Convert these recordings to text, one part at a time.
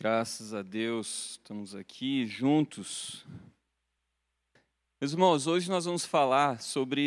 Graças a Deus, estamos aqui juntos. Meus irmãos, hoje nós vamos falar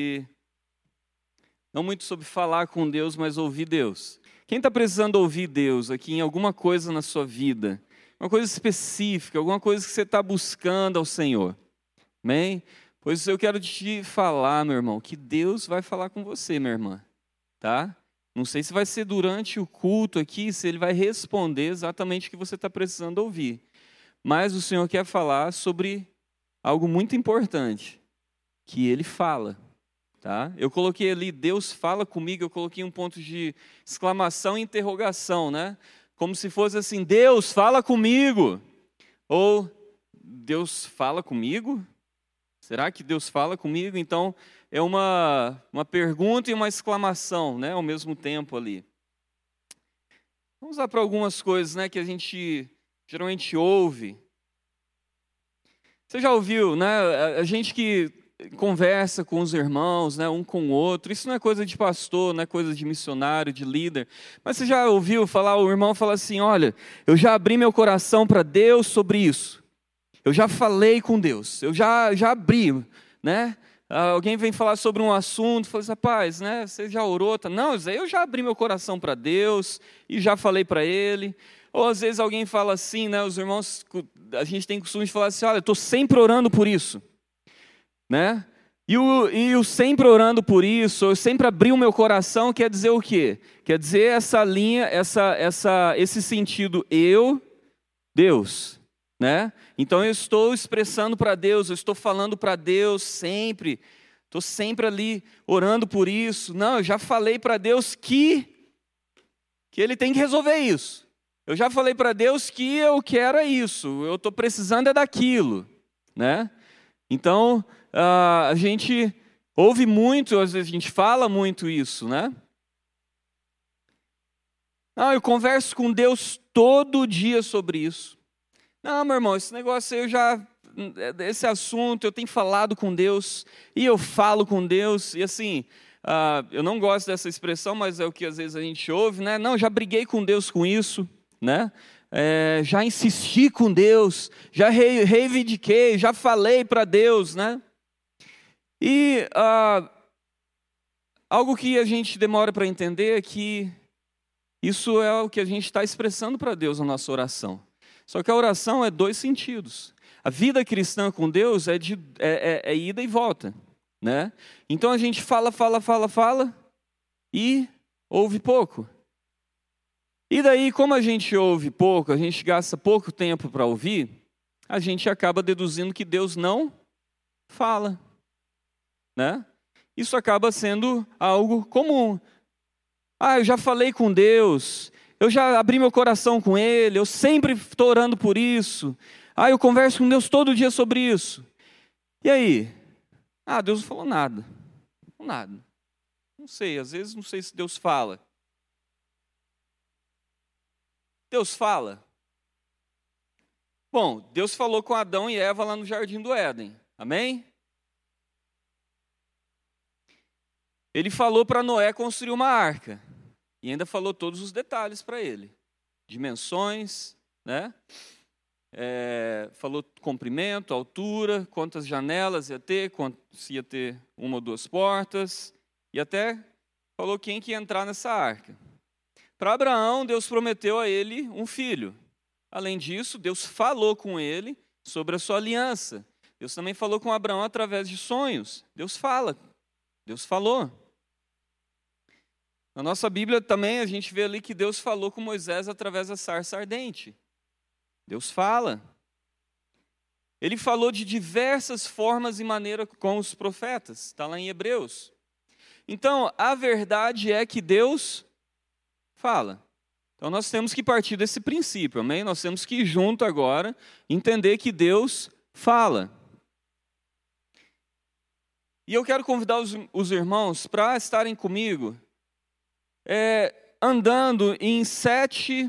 não muito sobre falar com Deus, mas ouvir Deus. Quem está precisando ouvir Deus aqui em alguma coisa na sua vida, uma coisa específica, alguma coisa que você está buscando ao Senhor? Amém? Pois eu quero te falar, meu irmão, que Deus vai falar com você, minha irmã, tá? Não sei se vai ser durante o culto aqui, se Ele vai responder exatamente o que você está precisando ouvir. Mas o Senhor quer falar sobre algo muito importante, que Ele fala. Tá? Eu coloquei ali, Deus fala comigo, eu coloquei um ponto de exclamação e interrogação, né? Como se fosse assim, Deus fala comigo. Ou, Deus fala comigo? Será que Deus fala comigo? Então, é uma pergunta e uma exclamação, né, ao mesmo tempo ali. Vamos lá para algumas coisas, né, que a gente geralmente ouve. Você já ouviu, né, a gente que conversa com os irmãos, né, um com o outro, isso não é coisa de pastor, não é coisa de missionário, de líder, mas você já ouviu falar, o irmão fala assim, olha, eu já abri meu coração para Deus sobre isso, eu já falei com Deus, eu já abri, né? Alguém vem falar sobre um assunto, fala assim, rapaz, né, você já orou? Não, eu já abri meu coração para Deus e já falei para Ele. Ou às vezes alguém fala assim, né, os irmãos, a gente tem costume de falar assim, olha, eu estou sempre orando por isso, né? E o sempre orando por isso, eu sempre abri o meu coração, quer dizer o quê? Quer dizer essa linha, esse sentido, eu, Deus. Né? Então eu estou expressando para Deus, eu estou falando para Deus sempre, estou sempre ali orando por isso. Não, eu já falei para Deus que Ele tem que resolver isso. Eu já falei para Deus que eu quero é isso, eu estou precisando é daquilo. Né? Então a gente ouve muito, às vezes a gente fala muito isso, né? Não, eu converso com Deus todo dia sobre isso. Não, meu irmão, esse negócio aí esse assunto eu tenho falado com Deus, e eu falo com Deus, e assim, eu não gosto dessa expressão, mas é o que às vezes a gente ouve, né? Não, já briguei com Deus com isso, né? Já insisti com Deus, já reivindiquei, já falei para Deus, né? E algo que a gente demora para entender é que isso é o que a gente está expressando para Deus na nossa oração. Só que a oração é dois sentidos. A vida cristã com Deus é ida e volta, né? Então a gente fala e ouve pouco. E daí, como a gente ouve pouco, a gente gasta pouco tempo para ouvir, a gente acaba deduzindo que Deus não fala, né? Isso acaba sendo algo comum. Eu já falei com Deus, eu já abri meu coração com Ele, eu sempre estou orando por isso. Eu converso com Deus todo dia sobre isso. E aí? Deus não falou nada. Nada. Não sei, às vezes não sei se Deus fala. Deus fala? Bom, Deus falou com Adão e Eva lá no Jardim do Éden. Amém? Ele falou para Noé construir uma arca. E ainda falou todos os detalhes para ele. Dimensões, né? Falou comprimento, altura, quantas janelas ia ter, se ia ter uma ou duas portas. E até falou quem que ia entrar nessa arca. Para Abraão, Deus prometeu a ele um filho. Além disso, Deus falou com ele sobre a sua aliança. Deus também falou com Abraão através de sonhos. Deus fala. Deus falou. Na nossa Bíblia também a gente vê ali que Deus falou com Moisés através da sarça ardente. Deus fala. Ele falou de diversas formas e maneiras com os profetas. Está lá em Hebreus. Então, a verdade é que Deus fala. Então, nós temos que partir desse princípio, amém? Nós temos que ir junto agora, entender que Deus fala. E eu quero convidar os irmãos para estarem comigo andando em 7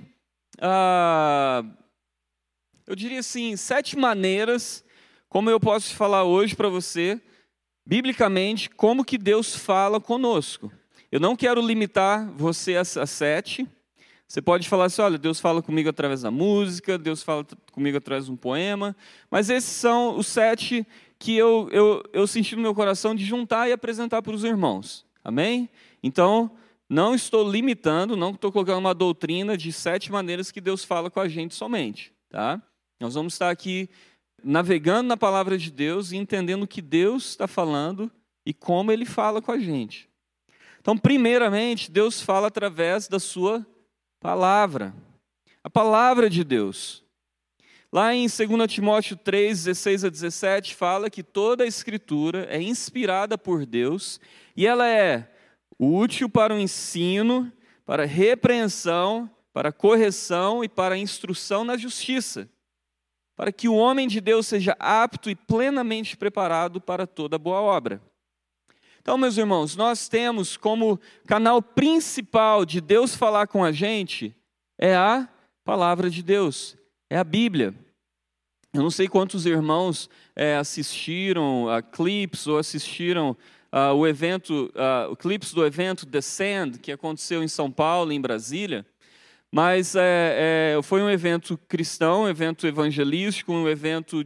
maneiras, como eu posso falar hoje para você, biblicamente, como que Deus fala conosco. Eu não quero limitar você a 7, Você pode falar assim, olha, Deus fala comigo através da música, Deus fala comigo através de um poema, mas esses são os 7 que eu senti no meu coração de juntar e apresentar para os irmãos. Amém? Então, não estou limitando, não estou colocando uma doutrina de 7 maneiras que Deus fala com a gente somente. Tá? Nós vamos estar aqui navegando na palavra de Deus e entendendo o que Deus está falando e como Ele fala com a gente. Então, primeiramente, Deus fala através da sua palavra. A palavra de Deus. Lá em 2 Timóteo 3, 16 a 17, fala que toda a Escritura é inspirada por Deus e ela é útil para o ensino, para a repreensão, para a correção e para a instrução na justiça, para que o homem de Deus seja apto e plenamente preparado para toda boa obra. Então, meus irmãos, nós temos como canal principal de Deus falar com a gente é a palavra de Deus, é a Bíblia. Eu não sei quantos irmãos assistiram a clips ou assistiram o clips do evento Descend, que aconteceu em São Paulo, em Brasília, mas foi um evento cristão, um evento evangelístico, um evento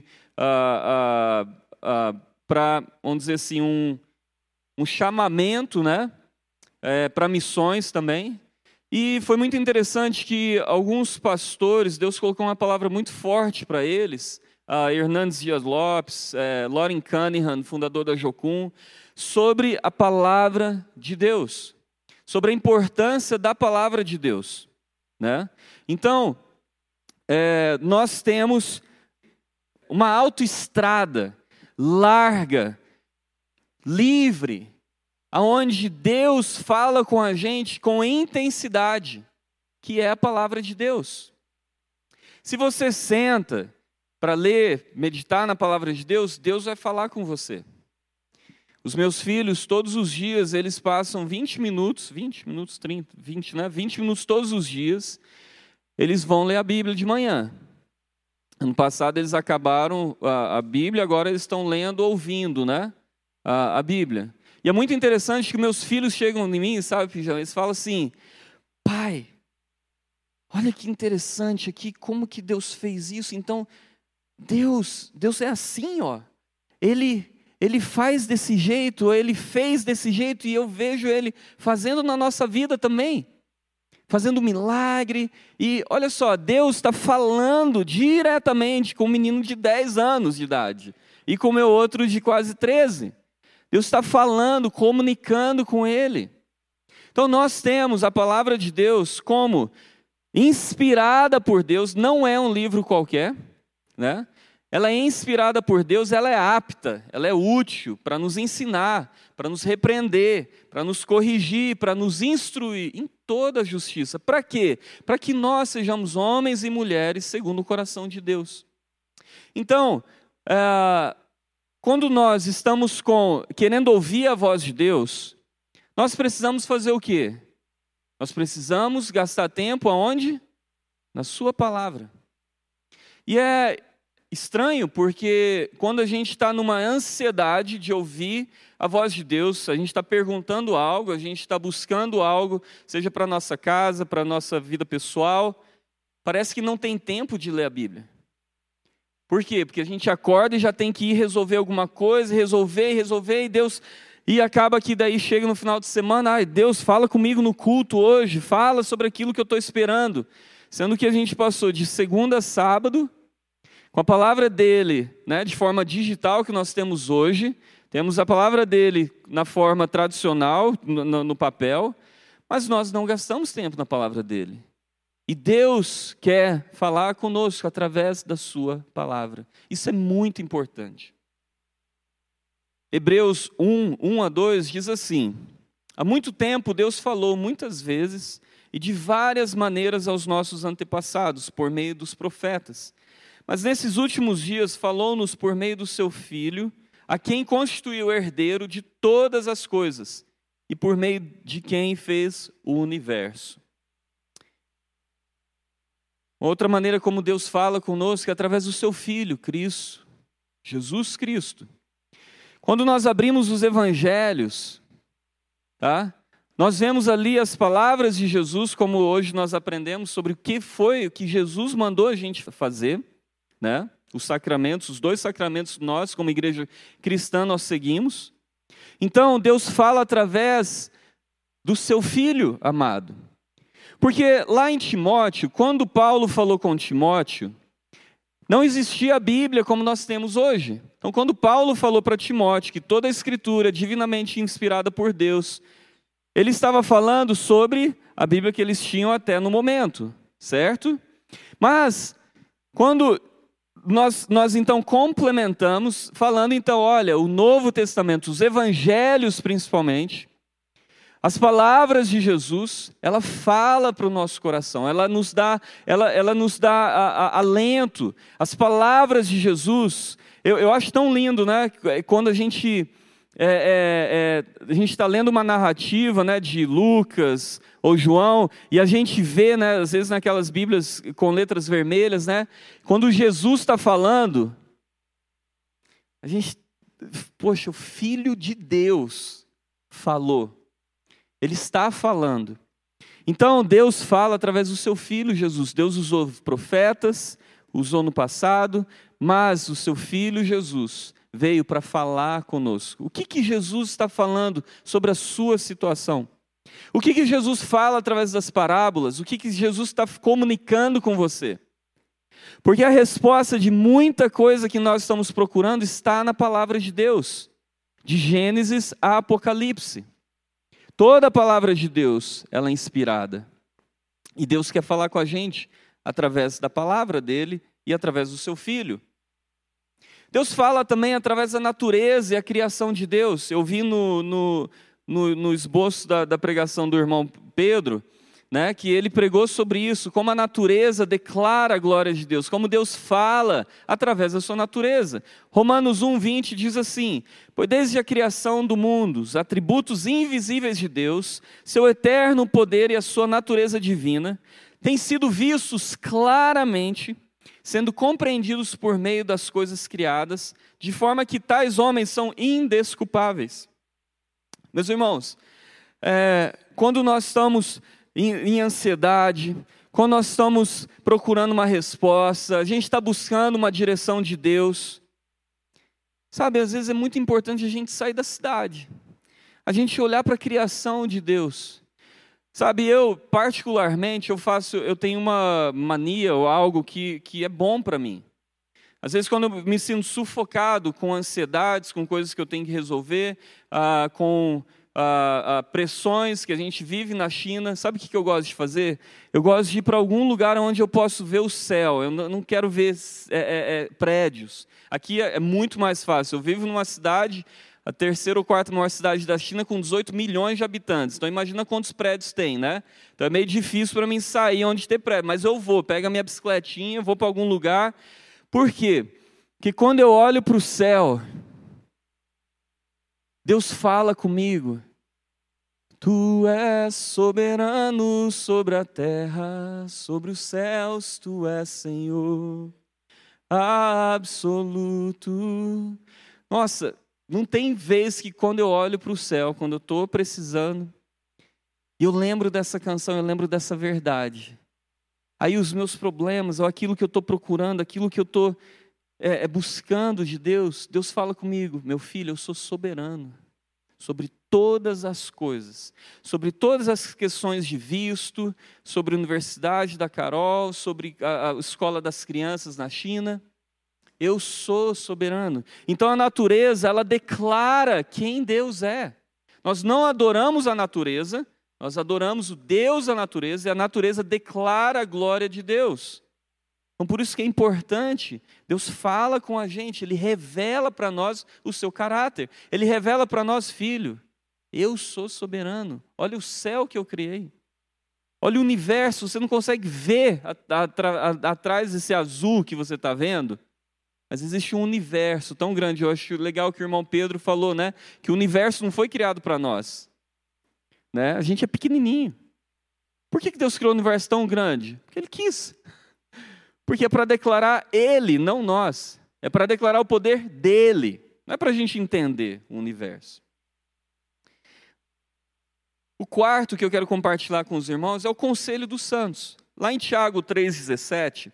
para, vamos dizer assim, um chamamento, né, para missões também. E foi muito interessante que alguns pastores, Deus colocou uma palavra muito forte para eles, Hernandes Dias Lopes, Loren Cunningham, fundador da Jocum, sobre a palavra de Deus, sobre a importância da palavra de Deus. Né? Então, nós temos uma autoestrada larga, livre, aonde Deus fala com a gente com intensidade, que é a palavra de Deus. Se você senta para ler, meditar na palavra de Deus, Deus vai falar com você. Os meus filhos, todos os dias, eles passam 20 minutos todos os dias, eles vão ler a Bíblia de manhã. Ano passado eles acabaram a Bíblia, agora eles estão lendo, ouvindo, né? A Bíblia. E é muito interessante que meus filhos chegam em mim, sabe, Pijama? Eles falam assim, pai, olha que interessante aqui, como que Deus fez isso? Então, Deus é assim, ó. Ele faz desse jeito, Ele fez desse jeito, e eu vejo Ele fazendo na nossa vida também. Fazendo milagre, e olha só, Deus está falando diretamente com um menino de 10 anos de idade, e com o meu outro de quase 13. Deus está falando, comunicando com ele. Então nós temos a palavra de Deus como inspirada por Deus, não é um livro qualquer, né? Ela é inspirada por Deus, ela é apta, ela é útil para nos ensinar, para nos repreender, para nos corrigir, para nos instruir em toda a justiça. Para quê? Para que nós sejamos homens e mulheres segundo o coração de Deus. Então, quando nós estamos querendo ouvir a voz de Deus, nós precisamos fazer o quê? Nós precisamos gastar tempo aonde? Na sua palavra. E é estranho porque quando a gente está numa ansiedade de ouvir a voz de Deus, a gente está perguntando algo, a gente está buscando algo, seja para a nossa casa, para a nossa vida pessoal, parece que não tem tempo de ler a Bíblia. Por quê? Porque a gente acorda e já tem que ir resolver alguma coisa, resolver, e Deus... E acaba que daí chega no final de semana, Deus fala comigo no culto hoje, fala sobre aquilo que eu estou esperando. Sendo que a gente passou de segunda a sábado, com a palavra dele, né, de forma digital que nós temos hoje, temos a palavra dele na forma tradicional, no papel, mas nós não gastamos tempo na palavra dele. E Deus quer falar conosco através da sua palavra. Isso é muito importante. Hebreus 1:1-2 diz assim: há muito tempo Deus falou muitas vezes e de várias maneiras aos nossos antepassados, por meio dos profetas. Mas nesses últimos dias falou-nos por meio do seu Filho, a quem constituiu herdeiro de todas as coisas e por meio de quem fez o universo. Outra maneira como Deus fala conosco é através do seu Filho, Cristo, Jesus Cristo. Quando nós abrimos os evangelhos, tá? Nós vemos ali as palavras de Jesus, como hoje nós aprendemos sobre o que foi, o que Jesus mandou a gente fazer, né? Os sacramentos, os 2 sacramentos nós, como igreja cristã, nós seguimos. Então, Deus fala através do seu Filho amado. Porque lá em Timóteo, quando Paulo falou com Timóteo, não existia a Bíblia como nós temos hoje. Então, quando Paulo falou para Timóteo que toda a Escritura é divinamente inspirada por Deus, ele estava falando sobre a Bíblia que eles tinham até no momento, certo? Mas, quando nós então complementamos, falando então, olha, o Novo Testamento, os Evangelhos principalmente, as palavras de Jesus, ela fala para o nosso coração, ela nos dá alento. As palavras de Jesus, eu acho tão lindo, né? Quando a gente está lendo uma narrativa, né, de Lucas ou João, e a gente vê, né, às vezes naquelas Bíblias com letras vermelhas, né, quando Jesus está falando, a gente, poxa, o Filho de Deus falou. Ele está falando. Então, Deus fala através do seu Filho, Jesus. Deus usou profetas, usou no passado, mas o seu Filho, Jesus, veio para falar conosco. O que Jesus está falando sobre a sua situação? O que Jesus fala através das parábolas? O que Jesus está comunicando com você? Porque a resposta de muita coisa que nós estamos procurando está na palavra de Deus. De Gênesis a Apocalipse. Toda a palavra de Deus, ela é inspirada. E Deus quer falar com a gente através da palavra dele e através do seu Filho. Deus fala também através da natureza e a criação de Deus. Eu vi no esboço da pregação do irmão Pedro, né, que ele pregou sobre isso, como a natureza declara a glória de Deus, como Deus fala através da sua natureza. Romanos 1:20 diz assim: pois desde a criação do mundo, os atributos invisíveis de Deus, seu eterno poder e a sua natureza divina, têm sido vistos claramente, sendo compreendidos por meio das coisas criadas, de forma que tais homens são indesculpáveis. Meus irmãos, quando nós estamos em ansiedade, quando nós estamos procurando uma resposta, a gente está buscando uma direção de Deus, sabe, às vezes é muito importante a gente sair da cidade, a gente olhar para a criação de Deus. Sabe, eu particularmente, eu tenho uma mania ou algo que é bom para mim. Às vezes quando eu me sinto sufocado com ansiedades, com coisas que eu tenho que resolver, com pressões que a gente vive na China, sabe o que eu gosto de fazer? Eu gosto de ir para algum lugar onde eu posso ver o céu, eu não quero ver prédios. Aqui é muito mais fácil, eu vivo numa cidade, a 3ª ou 4ª maior cidade da China, com 18 milhões de habitantes. Então imagina quantos prédios tem, né? Então é meio difícil para mim sair onde tem prédio, mas eu vou, pego a minha bicicletinha, vou para algum lugar. Por quê? Porque quando eu olho para o céu, Deus fala comigo. Tu és soberano sobre a terra, sobre os céus, tu és Senhor absoluto. Nossa, não tem vez que quando eu olho para o céu, quando eu estou precisando, eu lembro dessa canção, eu lembro dessa verdade. Aí os meus problemas, ou aquilo que eu estou procurando, aquilo que eu estou buscando de Deus, Deus fala comigo: meu filho, eu sou soberano sobre todas as coisas, sobre todas as questões de visto, sobre a Universidade da Carol, sobre a escola das crianças na China. Eu sou soberano. Então a natureza, ela declara quem Deus é. Nós não adoramos a natureza, nós adoramos o Deus da natureza, e a natureza declara a glória de Deus. Então por isso que é importante, Deus fala com a gente, Ele revela para nós o seu caráter. Ele revela para nós: filho, eu sou soberano. Olha o céu que eu criei. Olha o universo, você não consegue ver atrás desse azul que você está vendo. Mas existe um universo tão grande. Eu acho legal que o irmão Pedro falou, né? Que o universo não foi criado para nós. Né? A gente é pequenininho. Por que Deus criou um universo tão grande? Porque Ele quis. Porque é para declarar Ele, não nós. É para declarar o poder dEle. Não é para a gente entender o universo. O quarto que eu quero compartilhar com os irmãos é o conselho dos santos. Lá em Tiago 3,17,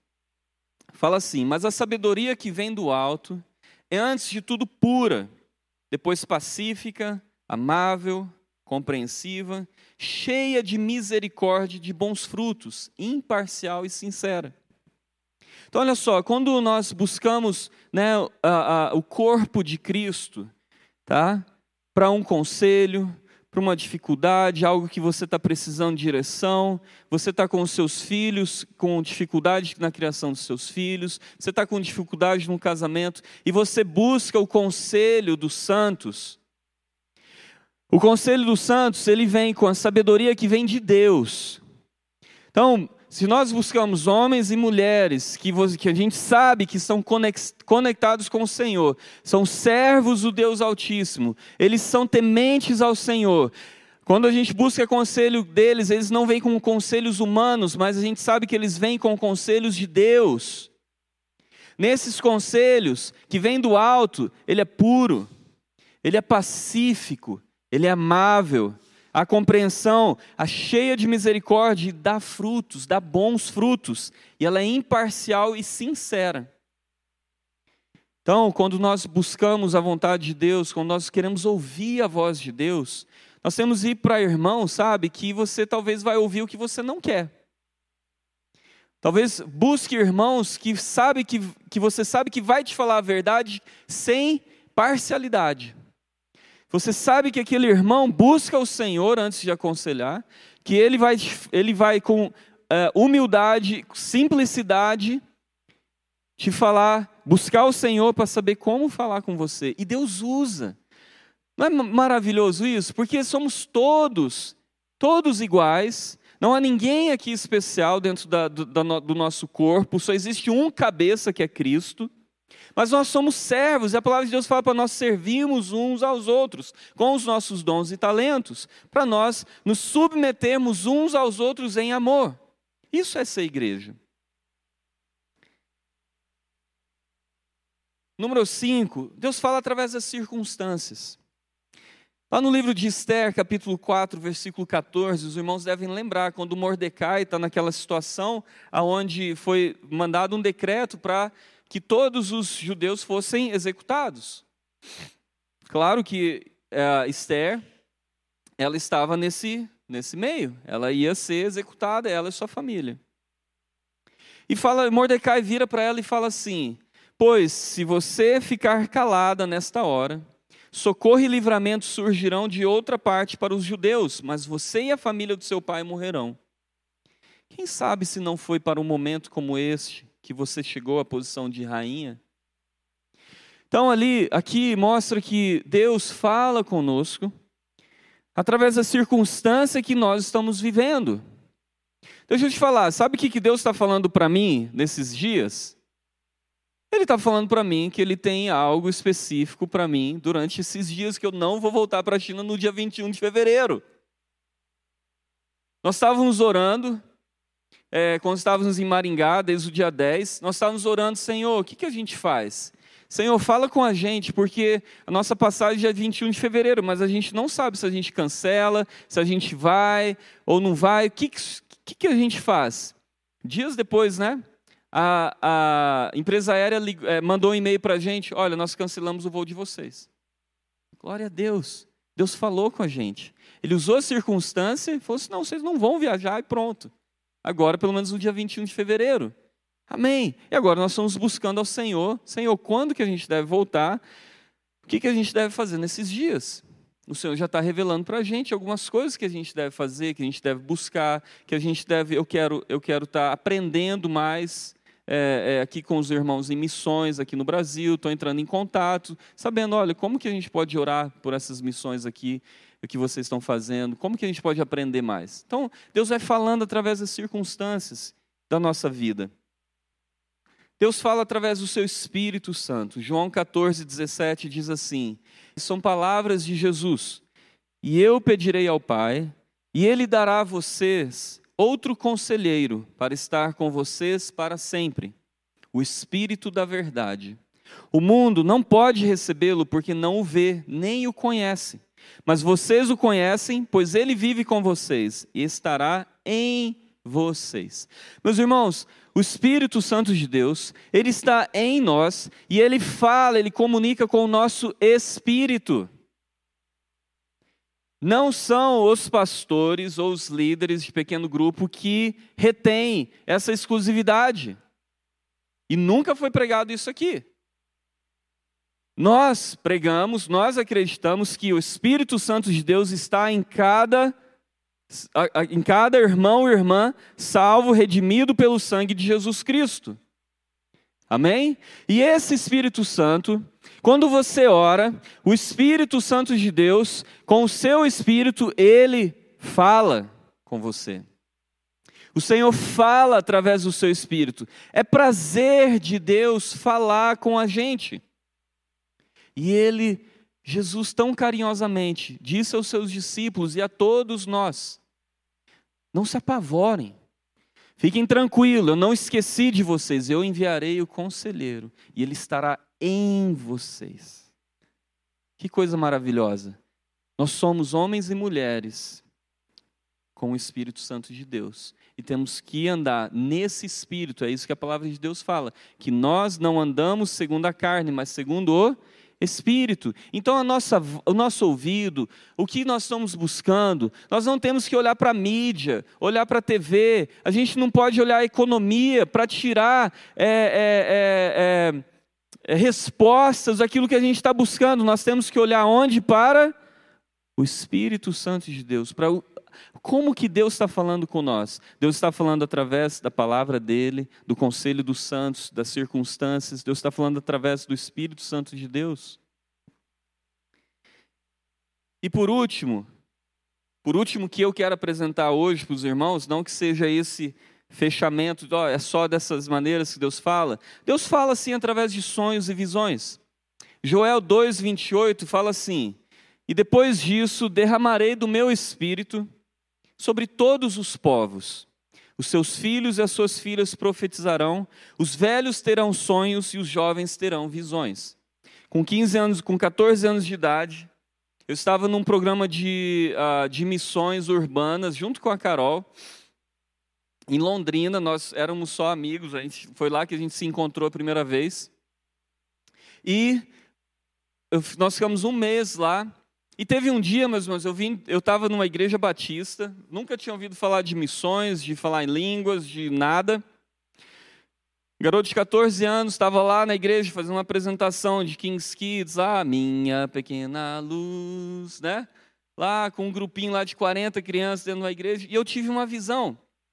fala assim: mas a sabedoria que vem do alto é antes de tudo pura, depois pacífica, amável, compreensiva, cheia de misericórdia e de bons frutos, imparcial e sincera. Então olha só, quando nós buscamos, né, o corpo de Cristo, tá, para um conselho, para uma dificuldade, algo que você está precisando de direção, você está com os seus filhos, com dificuldade na criação dos seus filhos, você está com dificuldade no casamento, e você busca o conselho dos santos. O conselho dos santos, ele vem com a sabedoria que vem de Deus. Então, se nós buscamos homens e mulheres que a gente sabe que são conectados com o Senhor, são servos do Deus Altíssimo, eles são tementes ao Senhor. Quando a gente busca conselho deles, eles não vêm com conselhos humanos, mas a gente sabe que eles vêm com conselhos de Deus. Nesses conselhos que vêm do alto, ele é puro, ele é pacífico, ele é amável. A compreensão, a cheia de misericórdia, dá frutos, dá bons frutos. E ela é imparcial e sincera. Então, quando nós buscamos a vontade de Deus, quando nós queremos ouvir a voz de Deus, nós temos que ir para irmão, sabe, que você talvez vai ouvir o que você não quer. Talvez busque irmãos que você sabe que vai te falar a verdade sem parcialidade. Você sabe que aquele irmão busca o Senhor antes de aconselhar, que ele vai com humildade, simplicidade, te falar, buscar o Senhor para saber como falar com você. E Deus usa. Não é maravilhoso isso? Porque somos todos iguais, não há ninguém aqui especial dentro do nosso corpo, só existe um cabeça que é Cristo. Mas nós somos servos, e a palavra de Deus fala para nós servirmos uns aos outros, com os nossos dons e talentos, para nós nos submetermos uns aos outros em amor. Isso é ser igreja. Número 5, Deus fala através das circunstâncias. Lá no livro de Esther, capítulo 4, versículo 14, os irmãos devem lembrar, quando Mordecai está naquela situação, onde foi mandado um decreto para que todos os judeus fossem executados. Claro que Esther, ela estava nesse meio, ela ia ser executada, ela e sua família. E Mordecai vira para ela e fala assim: pois se você ficar calada nesta hora, socorro e livramento surgirão de outra parte para os judeus, mas você e a família do seu pai morrerão. Quem sabe se não foi para um momento como este que você chegou à posição de rainha? Então aqui mostra que Deus fala conosco através da circunstância que nós estamos vivendo. Deixa eu te falar, sabe o que Deus está falando para mim nesses dias? Ele está falando para mim que Ele tem algo específico para mim durante esses dias que eu não vou voltar para a China no dia 21 de fevereiro. Nós estávamos orando, quando estávamos em Maringá, desde o dia 10, nós estávamos orando: Senhor, o que a gente faz? Senhor, fala com a gente, porque a nossa passagem é dia 21 de fevereiro, mas a gente não sabe se a gente cancela, se a gente vai ou não vai. O que a gente faz? Dias depois, né? A empresa aérea mandou um e-mail para a gente: olha, nós cancelamos o voo de vocês. Glória a Deus. Deus falou com a gente. Ele usou a circunstância e falou assim: não, vocês não vão viajar, e pronto. Agora, pelo menos no dia 21 de fevereiro. Amém. E agora nós estamos buscando ao Senhor. Senhor, quando que a gente deve voltar? O que a gente deve fazer nesses dias? O Senhor já está revelando para a gente algumas coisas que a gente deve fazer, que a gente deve buscar, que a gente deve... Eu quero estar aprendendo mais aqui com os irmãos em missões aqui no Brasil. Estou entrando em contato, sabendo, olha, como que a gente pode orar por essas missões aqui, o que vocês estão fazendo, como que a gente pode aprender mais. Então, Deus vai falando através das circunstâncias da nossa vida. Deus fala através do seu Espírito Santo. João 14:17 diz assim: são palavras de Jesus: e eu pedirei ao Pai, e Ele dará a vocês outro conselheiro para estar com vocês para sempre, o Espírito da verdade. O mundo não pode recebê-lo porque não o vê, nem o conhece. Mas vocês o conhecem, pois ele vive com vocês e estará em vocês. Meus irmãos, o Espírito Santo de Deus, ele está em nós e ele fala, ele comunica com o nosso espírito. Não são os pastores ou os líderes de pequeno grupo que retêm essa exclusividade. E nunca foi pregado isso aqui. Nós pregamos, nós acreditamos que o Espírito Santo de Deus está em cada irmão e irmã salvo, redimido pelo sangue de Jesus Cristo. Amém? E esse Espírito Santo, quando você ora, o Espírito Santo de Deus, com o seu Espírito, ele fala com você. O Senhor fala através do seu Espírito. É prazer de Deus falar com a gente. E Jesus tão carinhosamente, disse aos seus discípulos e a todos nós: não se apavorem. Fiquem tranquilos, eu não esqueci de vocês, eu enviarei o conselheiro e ele estará em vocês. Que coisa maravilhosa. Nós somos homens e mulheres com o Espírito Santo de Deus e temos que andar nesse Espírito, é isso que a palavra de Deus fala, que nós não andamos segundo a carne, mas segundo o Espírito. Então o nosso ouvido, o que nós estamos buscando, nós não temos que olhar para a mídia, olhar para a TV, a gente não pode olhar a economia para tirar respostas daquilo que a gente está buscando. Nós temos que olhar onde? Para o Espírito Santo de Deus, para como que Deus está falando com nós? Deus está falando através da palavra dele, do conselho dos santos, das circunstâncias. Deus está falando através do Espírito Santo de Deus. E por último que eu quero apresentar hoje para os irmãos, não que seja esse fechamento, é só dessas maneiras que Deus fala. Deus fala assim através de sonhos e visões. Joel 2:28 fala assim: e depois disso derramarei do meu Espírito sobre todos os povos. Os seus filhos e as suas filhas profetizarão, os velhos terão sonhos e os jovens terão visões. Com 14 anos de idade, eu estava num programa de missões urbanas, junto com a Carol, em Londrina. Nós éramos só amigos, foi lá que a gente se encontrou a primeira vez. E nós ficamos um mês lá. E teve um dia, meus irmãos, eu estava numa igreja batista, nunca tinha ouvido falar de missões, de falar em línguas, de nada. Garoto de 14 anos, estava lá na igreja fazendo uma apresentação de King's Kids, minha pequena luz, né? Lá com um grupinho lá de 40 crianças dentro da igreja, e eu tive uma visão.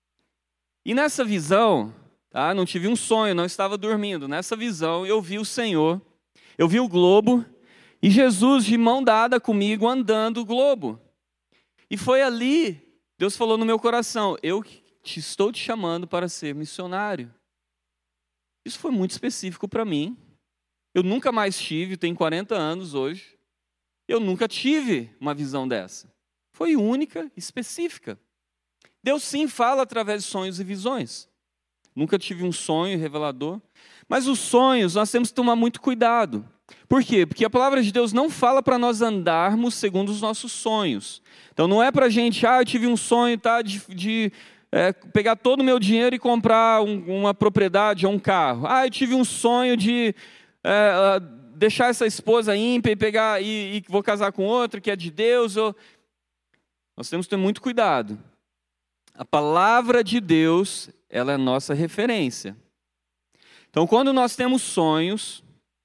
E nessa visão, não tive um sonho, não estava dormindo. Nessa visão eu vi o Senhor, eu vi o globo, e Jesus de mão dada comigo andando o globo. E foi ali, Deus falou no meu coração: eu estou te chamando para ser missionário. Isso foi muito específico para mim. Eu nunca mais tive, tenho 40 anos hoje. Eu nunca tive uma visão dessa. Foi única, específica. Deus sim fala através de sonhos e visões. Nunca tive um sonho revelador. Mas os sonhos, nós temos que tomar muito cuidado. Por quê? Porque a palavra de Deus não fala para nós andarmos segundo os nossos sonhos. Então não é para a gente, eu tive um sonho de pegar todo o meu dinheiro e comprar uma propriedade ou um carro. Eu tive um sonho de deixar essa esposa ímpia e pegar e vou casar com outra que é de Deus. Nós temos que ter muito cuidado. A palavra de Deus, ela é a nossa referência. Então quando nós temos sonhos,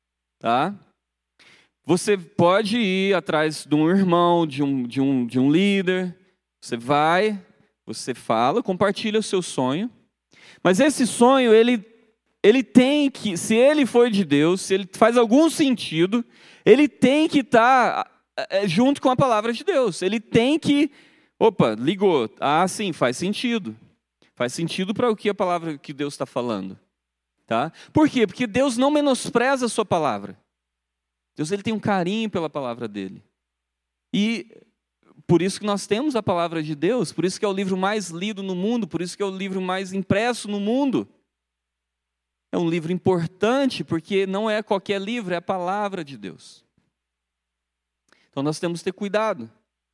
você pode ir atrás de um irmão, de um líder. Você vai, você fala, compartilha o seu sonho. Mas esse sonho, ele tem que, se ele for de Deus, se ele faz algum sentido, ele tem que estar junto com a palavra de Deus. Ele tem que, ligou. Sim, faz sentido. Faz sentido para o que a palavra que Deus está falando. Por quê? Porque Deus não menospreza a sua palavra. Deus ele tem um carinho pela palavra dele. E por isso que nós temos a palavra de Deus, por isso que é o livro mais lido no mundo, por isso que é o livro mais impresso no mundo. É um livro importante, porque não é qualquer livro, é a palavra de Deus. Então nós temos que ter cuidado.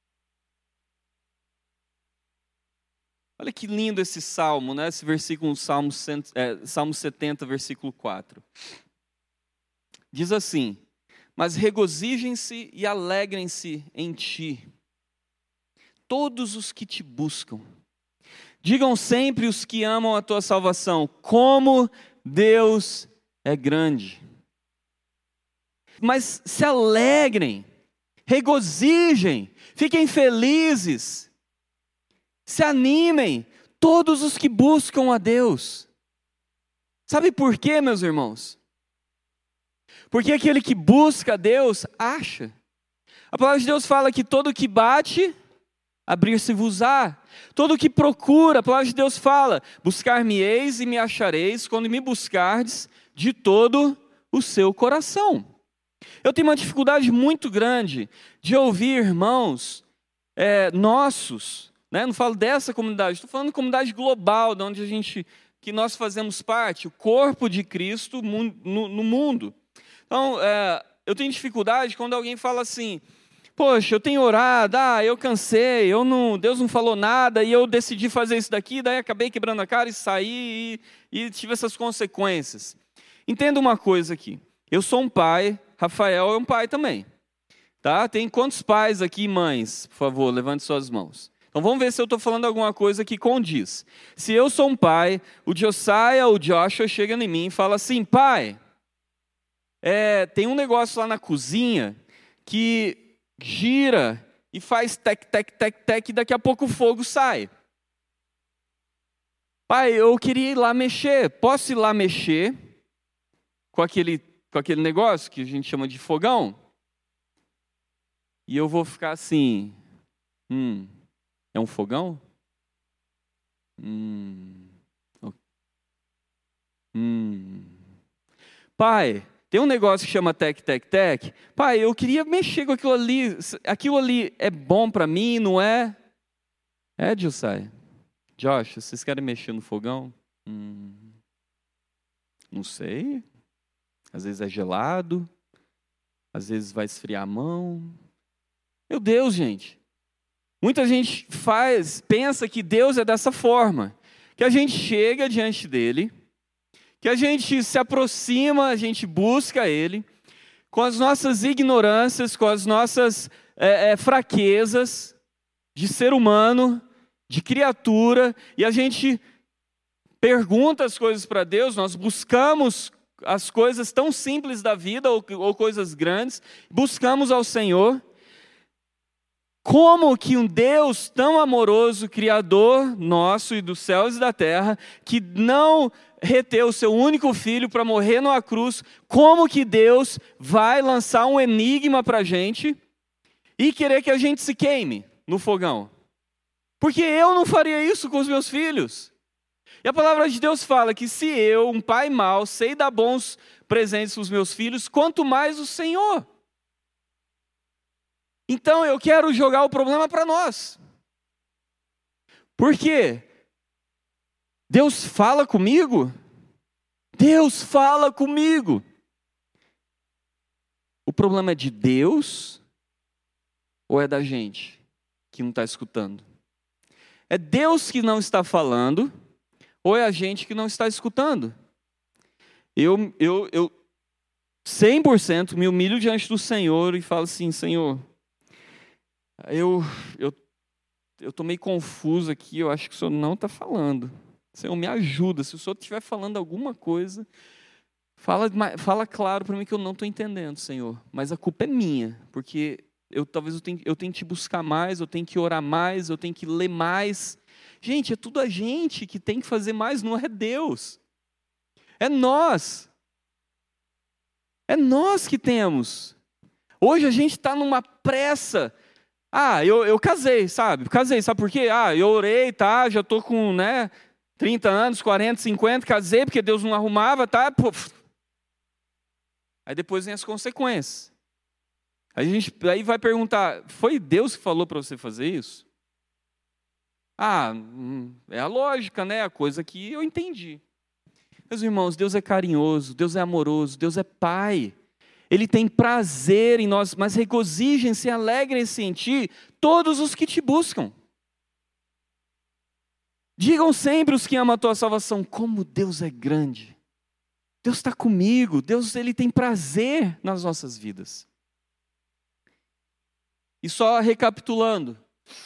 Olha que lindo esse salmo, né? Esse versículo, Salmo 70, versículo 4. Diz assim: mas regozijem-se e alegrem-se em ti, todos os que te buscam. Digam sempre os que amam a tua salvação, como Deus é grande. Mas se alegrem, regozijem, fiquem felizes, se animem, todos os que buscam a Deus. Sabe por quê, meus irmãos? Porque aquele que busca a Deus, acha. A palavra de Deus fala que todo que bate, abrir-se-vos-á. Todo que procura, a palavra de Deus fala, buscar-me-eis e me achareis, quando me buscardes de todo o seu coração. Eu tenho uma dificuldade muito grande de ouvir irmãos nossos, né? Não falo dessa comunidade, estou falando de comunidade global, de onde que nós fazemos parte, o corpo de Cristo no mundo. Então, eu tenho dificuldade quando alguém fala assim: poxa, eu tenho orado, eu cansei, Deus não falou nada, e eu decidi fazer isso daqui, daí acabei quebrando a cara e saí, e tive essas consequências. Entenda uma coisa aqui, eu sou um pai, Rafael é um pai também, tá? Tem quantos pais aqui, mães? Por favor, levante suas mãos. Então vamos ver se eu estou falando alguma coisa que condiz. Se eu sou um pai, o Josiah, o Joshua chega em mim e fala assim: pai, tem um negócio lá na cozinha que gira e faz tec, tec, tec, tec, e daqui a pouco o fogo sai. Pai, eu queria ir lá mexer. Posso ir lá mexer com aquele negócio que a gente chama de fogão? E eu vou ficar assim: é um fogão? Pai, tem um negócio que chama tec, tec, tec. Pai, eu queria mexer com aquilo ali. Aquilo ali é bom para mim, não é? Josiah? Josh, vocês querem mexer no fogão? Não sei. Às vezes é gelado. Às vezes vai esfriar a mão. Meu Deus, gente. Muita gente pensa que Deus é dessa forma. Que a gente chega diante dele, que a gente se aproxima, a gente busca Ele, com as nossas ignorâncias, com as nossas fraquezas de ser humano, de criatura, e a gente pergunta as coisas para Deus, nós buscamos as coisas tão simples da vida, ou coisas grandes, buscamos ao Senhor. Como que um Deus tão amoroso, Criador nosso e dos céus e da terra, que não reteu o seu único filho para morrer numa cruz, como que Deus vai lançar um enigma para a gente e querer que a gente se queime no fogão? Porque eu não faria isso com os meus filhos. E a palavra de Deus fala que se eu, um pai mau, sei dar bons presentes para os meus filhos, quanto mais o Senhor. Então eu quero jogar o problema para nós. Por quê? Deus fala comigo? Deus fala comigo. O problema é de Deus ou é da gente que não está escutando? É Deus que não está falando ou é a gente que não está escutando? Eu 100% me humilho diante do Senhor e falo assim: Senhor, eu estou meio confuso aqui, eu acho que o Senhor não está falando. Senhor, me ajuda. Se o Senhor estiver falando alguma coisa, fala claro para mim que eu não estou entendendo, Senhor. Mas a culpa é minha, porque talvez eu tenho que te buscar mais, eu tenho que orar mais, eu tenho que ler mais. Gente, é tudo a gente que tem que fazer mais, não é Deus. É nós. É nós que temos. Hoje a gente está numa pressa. Eu casei, sabe? Sabe por quê? Eu orei, tá? Já estou com, 30 anos, 40, 50, casei porque Deus não arrumava, tá? Puf. Aí depois vem as consequências. Aí vai perguntar: foi Deus que falou para você fazer isso? É a lógica, né? A coisa que eu entendi. Meus irmãos, Deus é carinhoso, Deus é amoroso, Deus é Pai. Ele tem prazer em nós, mas regozijem-se e alegrem-se em ti todos os que te buscam. Digam sempre os que amam a tua salvação, como Deus é grande. Deus está comigo, Deus ele tem prazer nas nossas vidas. E só recapitulando,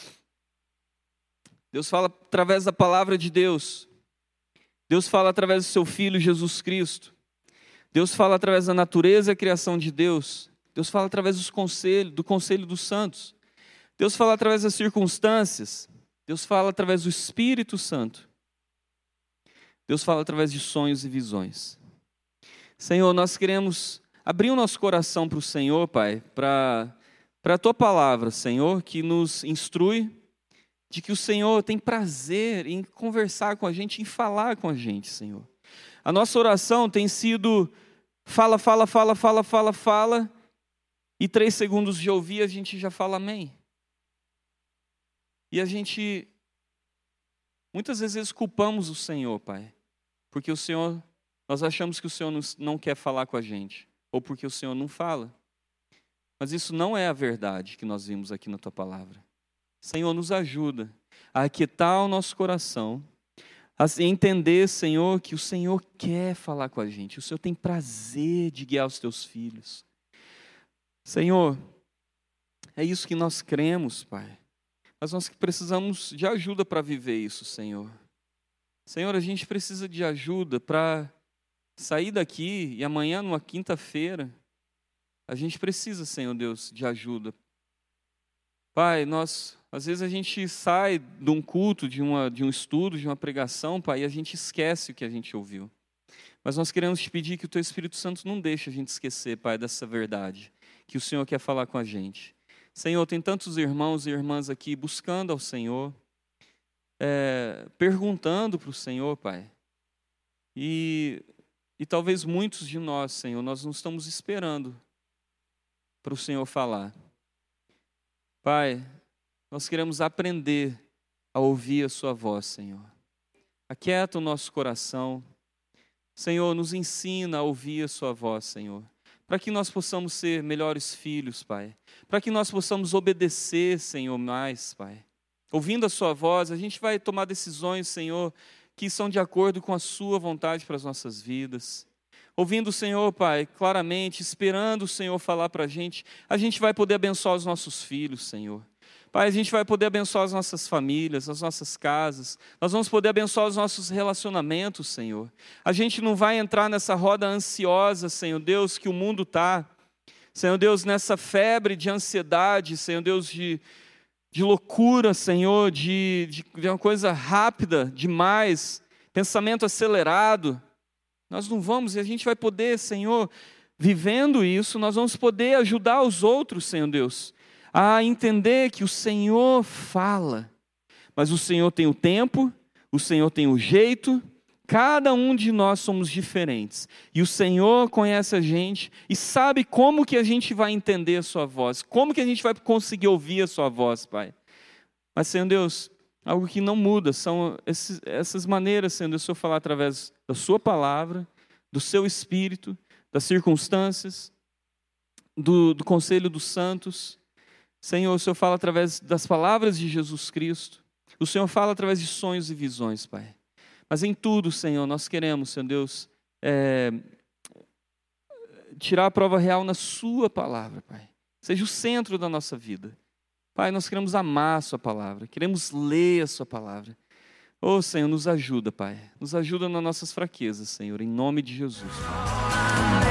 Deus fala através da palavra de Deus. Deus fala através do seu Filho Jesus Cristo. Deus fala através da natureza e a criação de Deus. Deus fala através do conselho dos santos. Deus fala através das circunstâncias. Deus fala através do Espírito Santo. Deus fala através de sonhos e visões. Senhor, nós queremos abrir o nosso coração para o Senhor, Pai, para a Tua palavra, Senhor, que nos instrui, de que o Senhor tem prazer em conversar com a gente, em falar com a gente, Senhor. A nossa oração tem sido fala, e 3 segundos de ouvir a gente já fala amém. E a gente, muitas vezes culpamos o Senhor, Pai, porque nós achamos que o Senhor não quer falar com a gente, ou porque o Senhor não fala. Mas isso não é a verdade que nós vimos aqui na Tua palavra. Senhor, nos ajuda a aquietar o nosso coração, a entender, Senhor, que o Senhor quer falar com a gente. O Senhor tem prazer de guiar os Teus filhos. Senhor, é isso que nós cremos, Pai. Mas nós precisamos de ajuda para viver isso, Senhor. Senhor, a gente precisa de ajuda para sair daqui e amanhã, numa quinta-feira, a gente precisa, Senhor Deus, de ajuda. Pai, às vezes a gente sai de um culto, de um estudo, de uma pregação, Pai, e a gente esquece o que a gente ouviu. Mas nós queremos te pedir que o Teu Espírito Santo não deixe a gente esquecer, Pai, dessa verdade, que o Senhor quer falar com a gente. Senhor, tem tantos irmãos e irmãs aqui buscando ao Senhor, perguntando para o Senhor, Pai. E talvez muitos de nós, Senhor, nós não estamos esperando para o Senhor falar. Pai, nós queremos aprender a ouvir a Sua voz, Senhor. Aquieta o nosso coração. Senhor, nos ensina a ouvir a Sua voz, Senhor. Para que nós possamos ser melhores filhos, Pai. Para que nós possamos obedecer, Senhor, mais, Pai. Ouvindo a Sua voz, a gente vai tomar decisões, Senhor, que são de acordo com a Sua vontade para as nossas vidas. Ouvindo o Senhor, Pai, claramente, esperando o Senhor falar para a gente vai poder abençoar os nossos filhos, Senhor. Pai, a gente vai poder abençoar as nossas famílias, as nossas casas. Nós vamos poder abençoar os nossos relacionamentos, Senhor. A gente não vai entrar nessa roda ansiosa, Senhor Deus, que o mundo está. Senhor Deus, nessa febre de ansiedade, Senhor Deus, de loucura, Senhor, de uma coisa rápida demais, pensamento acelerado. Nós não vamos, e a gente vai poder, Senhor, vivendo isso, nós vamos poder ajudar os outros, Senhor Deus, a entender que o Senhor fala, mas o Senhor tem o tempo, o Senhor tem o jeito, cada um de nós somos diferentes, e o Senhor conhece a gente e sabe como que a gente vai entender a Sua voz, como que a gente vai conseguir ouvir a Sua voz, Pai. Mas, Senhor Deus, algo que não muda são essas maneiras, Senhor Deus, o Senhor falar através da Sua palavra, do Seu Espírito, das circunstâncias, do conselho dos santos. Senhor, o Senhor fala através das palavras de Jesus Cristo. O Senhor fala através de sonhos e visões, Pai. Mas em tudo, Senhor, nós queremos, Senhor Deus, tirar a prova real na Sua palavra, Pai. Seja o centro da nossa vida. Pai, nós queremos amar a Sua palavra, queremos ler a Sua palavra. Oh, Senhor, nos ajuda, Pai. Nos ajuda nas nossas fraquezas, Senhor, em nome de Jesus, Pai. Amém.